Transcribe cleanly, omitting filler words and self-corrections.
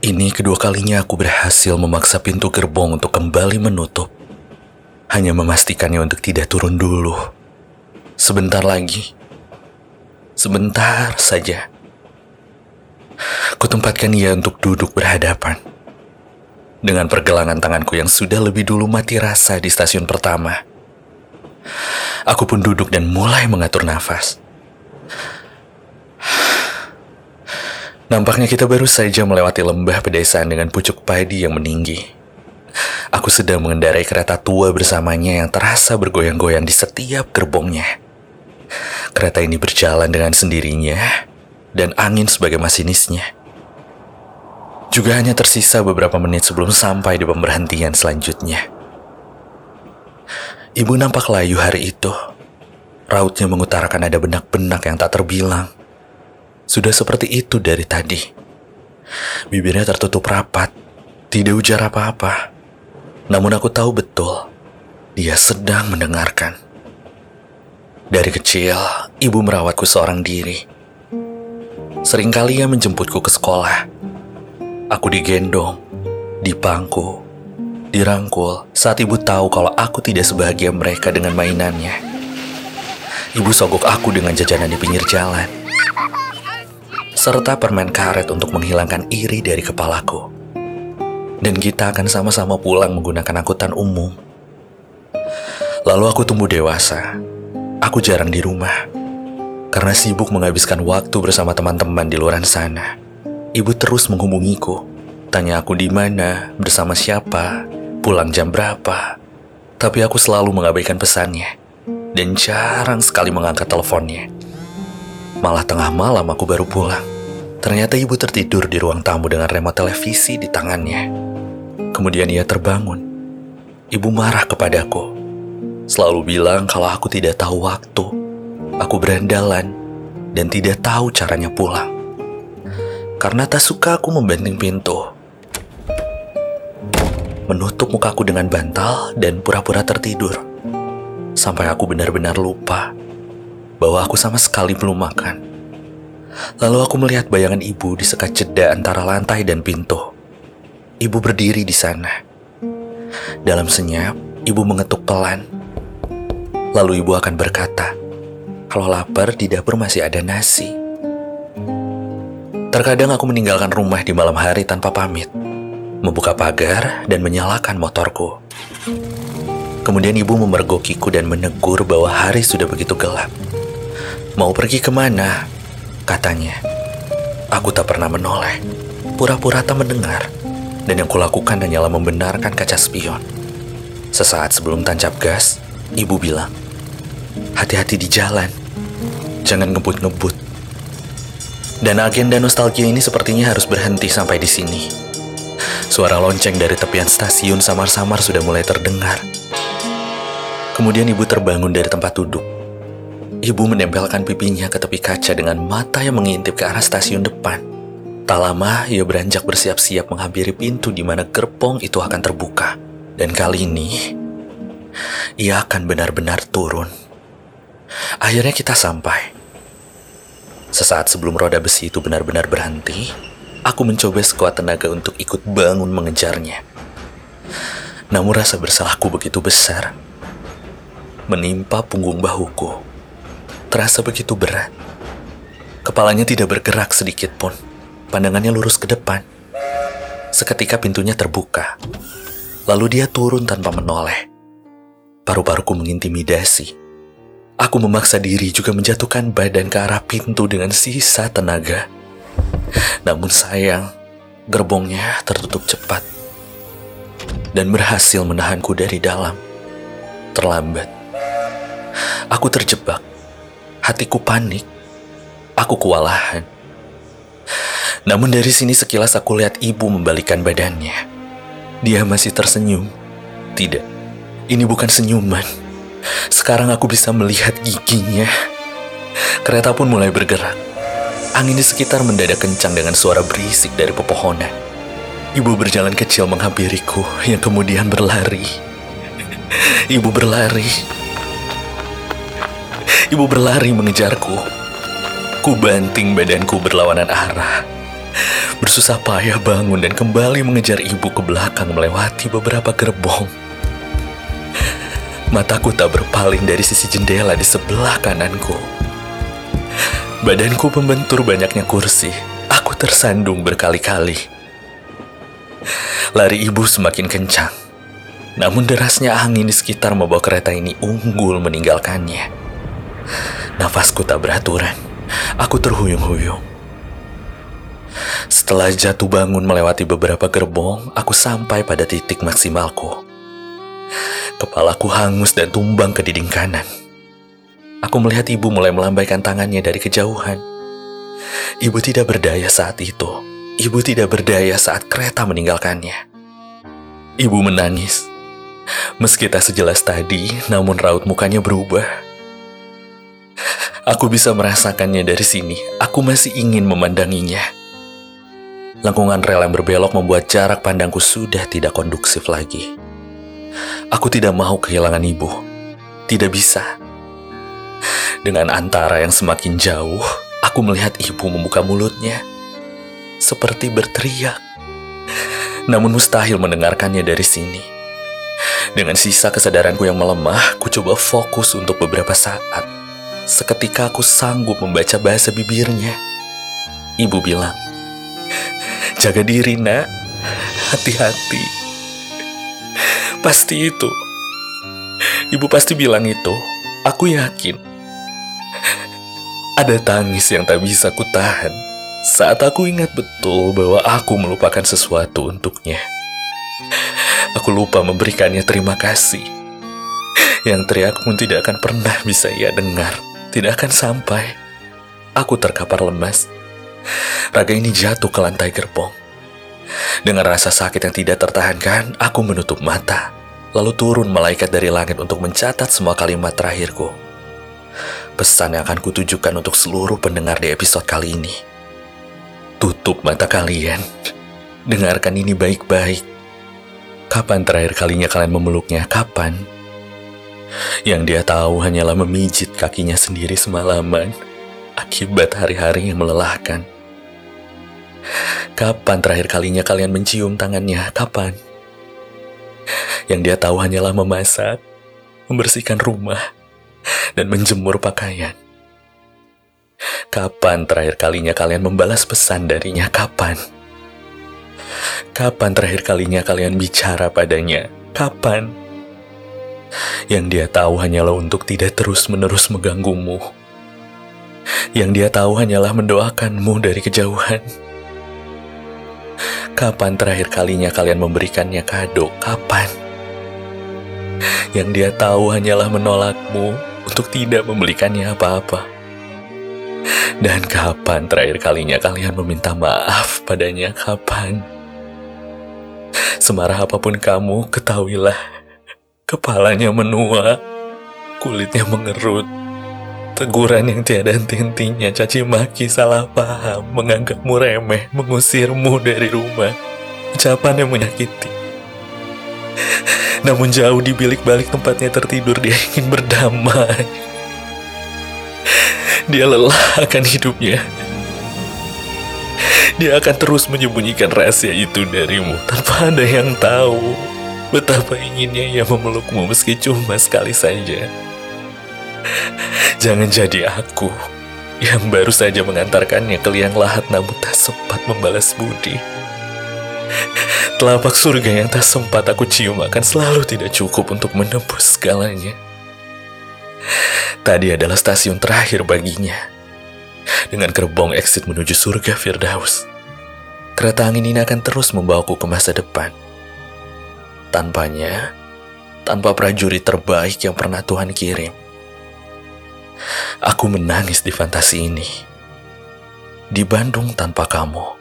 Ini kedua kalinya aku berhasil memaksa pintu gerbong untuk kembali menutup. Hanya memastikannya untuk tidak turun dulu. Sebentar lagi. Sebentar saja. Kutempatkan ia untuk duduk berhadapan. Dengan pergelangan tanganku yang sudah lebih dulu mati rasa di stasiun pertama. Aku pun duduk dan mulai mengatur nafas. Nampaknya kita baru saja melewati lembah pedesaan dengan pucuk padi yang meninggi. Aku sedang mengendarai kereta tua bersamanya yang terasa bergoyang-goyang di setiap gerbongnya. Kereta ini berjalan dengan sendirinya, dan angin sebagai masinisnya. Juga hanya tersisa beberapa menit sebelum sampai di pemberhentian selanjutnya. Ibu nampak layu hari itu. Rautnya mengutarakan ada benak-benak yang tak terbilang. Sudah seperti itu dari tadi. Bibirnya tertutup rapat, tidak ujar apa-apa. Namun aku tahu betul, dia sedang mendengarkan. Dari kecil, ibu merawatku seorang diri. Seringkali ia menjemputku ke sekolah. Aku digendong, dipangku, dirangkul saat ibu tahu kalau aku tidak sebahagia mereka dengan mainannya. Ibu sogok aku dengan jajanan di pinggir jalan, serta permen karet untuk menghilangkan iri dari kepalaku. Dan kita akan sama-sama pulang menggunakan angkutan umum. Lalu aku tumbuh dewasa. Aku jarang di rumah, karena sibuk menghabiskan waktu bersama teman-teman di luar sana. Ibu terus menghubungiku, tanya aku di mana, bersama siapa, pulang jam berapa. Tapi aku selalu mengabaikan pesannya, dan jarang sekali mengangkat teleponnya. Malah tengah malam aku baru pulang. Ternyata ibu tertidur di ruang tamu dengan remote televisi di tangannya. Kemudian ia terbangun. Ibu marah kepadaku. Selalu bilang kalau aku tidak tahu waktu. Aku berandalan dan tidak tahu caranya pulang. Karena tak suka aku membanting pintu. Menutup mukaku dengan bantal dan pura-pura tertidur. Sampai aku benar-benar lupa bahwa aku sama sekali belum makan. Lalu aku melihat bayangan ibu di sekat jeda antara lantai dan pintu. Ibu berdiri di sana. Dalam senyap, ibu mengetuk pelan. Lalu ibu akan berkata, kalau lapar di dapur masih ada nasi. Terkadang aku meninggalkan rumah di malam hari tanpa pamit, membuka pagar dan menyalakan motorku. Kemudian ibu memergokiku dan menegur bahwa hari sudah begitu gelap. Mau pergi kemana? Katanya. Aku tak pernah menoleh, pura-pura tak mendengar, dan yang kulakukan hanyalah membenarkan kaca spion. Sesaat sebelum tancap gas, ibu bilang, hati-hati di jalan, jangan ngebut-ngebut. Dan agenda nostalgia ini sepertinya harus berhenti sampai di sini. Suara lonceng dari tepian stasiun samar-samar sudah mulai terdengar. Kemudian ibu terbangun dari tempat duduk. Ibu menempelkan pipinya ke tepi kaca dengan mata yang mengintip ke arah stasiun depan. Tak lama, ia beranjak bersiap-siap menghampiri pintu di mana gerbong itu akan terbuka. Dan kali ini, ia akan benar-benar turun. Akhirnya kita sampai. Sesaat sebelum roda besi itu benar-benar berhenti, aku mencoba sekuat tenaga untuk ikut bangun mengejarnya. Namun rasa bersalahku begitu besar. Menimpa punggung bahuku. Terasa begitu berat. Kepalanya tidak bergerak sedikit pun. Pandangannya lurus ke depan. Seketika pintunya terbuka. Lalu dia turun tanpa menoleh. Paru-paruku mengintimidasi. Aku memaksa diri juga menjatuhkan badan ke arah pintu dengan sisa tenaga. Namun sayang, gerbongnya tertutup cepat. Dan berhasil menahanku dari dalam. Terlambat. Aku terjebak. Hatiku panik. Aku kewalahan. Namun dari sini sekilas aku lihat ibu membalikkan badannya. Dia masih tersenyum. Tidak, ini bukan senyuman. Sekarang aku bisa melihat giginya. Kereta pun mulai bergerak. Angin di sekitar mendadak kencang dengan suara berisik dari pepohonan. Ibu berjalan kecil menghampiriku yang kemudian berlari. Ibu berlari. Ibu berlari mengejarku. Ku banting badanku berlawanan arah. Bersusah payah bangun dan kembali mengejar ibu ke belakang melewati beberapa gerbong. Mataku tak berpaling dari sisi jendela di sebelah kananku. Badanku membentur banyaknya kursi. Aku tersandung berkali-kali. Lari ibu semakin kencang. Namun derasnya angin di sekitar membawa kereta ini unggul meninggalkannya. Nafasku tak beraturan. Aku terhuyung-huyung. Setelah jatuh bangun melewati beberapa gerbong, aku sampai pada titik maksimalku. Kepalaku hangus dan tumbang ke dinding kanan. Aku melihat ibu mulai melambaikan tangannya dari kejauhan. Ibu tidak berdaya saat itu. Ibu tidak berdaya saat kereta meninggalkannya. Ibu menangis. Meski tak sejelas tadi, namun raut mukanya berubah. Aku bisa merasakannya dari sini. Aku masih ingin memandanginya. Lengkungan rel yang berbelok membuat jarak pandangku sudah tidak kondusif lagi. Aku tidak mau kehilangan ibu. Tidak bisa. Dengan antara yang semakin jauh, aku melihat ibu membuka mulutnya. Seperti berteriak. Namun mustahil mendengarkannya dari sini. Dengan sisa kesadaranku yang melemah, ku coba fokus untuk beberapa saat. Seketika aku sanggup membaca bahasa bibirnya. Ibu bilang, "Jaga diri, nak. Hati-hati." Pasti itu. Ibu pasti bilang itu. Aku yakin. Ada tangis yang tak bisa kutahan saat aku ingat betul bahwa aku melupakan sesuatu untuknya. Aku lupa memberikannya terima kasih. Yang teriak pun tidak akan pernah bisa ia dengar. Tidak akan sampai. Aku terkapar lemas. Raga ini jatuh ke lantai gerbong. Dengan rasa sakit yang tidak tertahankan, aku menutup mata. Lalu turun malaikat dari langit untuk mencatat semua kalimat terakhirku. Pesan yang akan kutujukan untuk seluruh pendengar di episode kali ini. Tutup mata kalian. Dengarkan ini baik-baik. Kapan terakhir kalinya kalian memeluknya? Kapan? Yang dia tahu hanyalah memijit kakinya sendiri semalaman akibat hari-hari yang melelahkan. Kapan terakhir kalinya kalian mencium tangannya? Kapan? Yang dia tahu hanyalah memasak, membersihkan rumah, dan menjemur pakaian. Kapan terakhir kalinya kalian membalas pesan darinya? Kapan? Kapan terakhir kalinya kalian bicara padanya? Kapan? Yang dia tahu hanyalah untuk tidak terus-menerus mengganggumu. Yang dia tahu hanyalah mendoakanmu dari kejauhan. Kapan terakhir kalinya kalian memberikannya kado? Kapan? Yang dia tahu hanyalah menolakmu untuk tidak membelikannya apa-apa. Dan kapan terakhir kalinya kalian meminta maaf padanya? Kapan? Semarah apapun kamu, ketahuilah, kepalanya menua, kulitnya mengerut. Teguran yang tiada henti-hentinya, caci maki, salah paham, menganggapmu remeh, mengusirmu dari rumah. Ucapan yang menyakiti. Namun jauh di bilik balik tempatnya tertidur, dia ingin berdamai. Dia lelah akan hidupnya. Dia akan terus menyembunyikan rahasia itu darimu tanpa ada yang tahu betapa inginnya ia memelukmu meski cuma sekali saja. Jangan jadi aku yang baru saja mengantarkannya ke liang lahat namun tak sempat membalas budi. Telapak surga yang tak sempat aku cium akan selalu tidak cukup untuk menembus segalanya. Tadi adalah stasiun terakhir baginya. Dengan gerbong exit menuju surga Firdaus. Kereta angin ini akan terus membawaku ke masa depan. Tanpanya, tanpa prajurit terbaik yang pernah Tuhan kirim. Aku menangis di fantasi ini. Di Bandung tanpa kamu.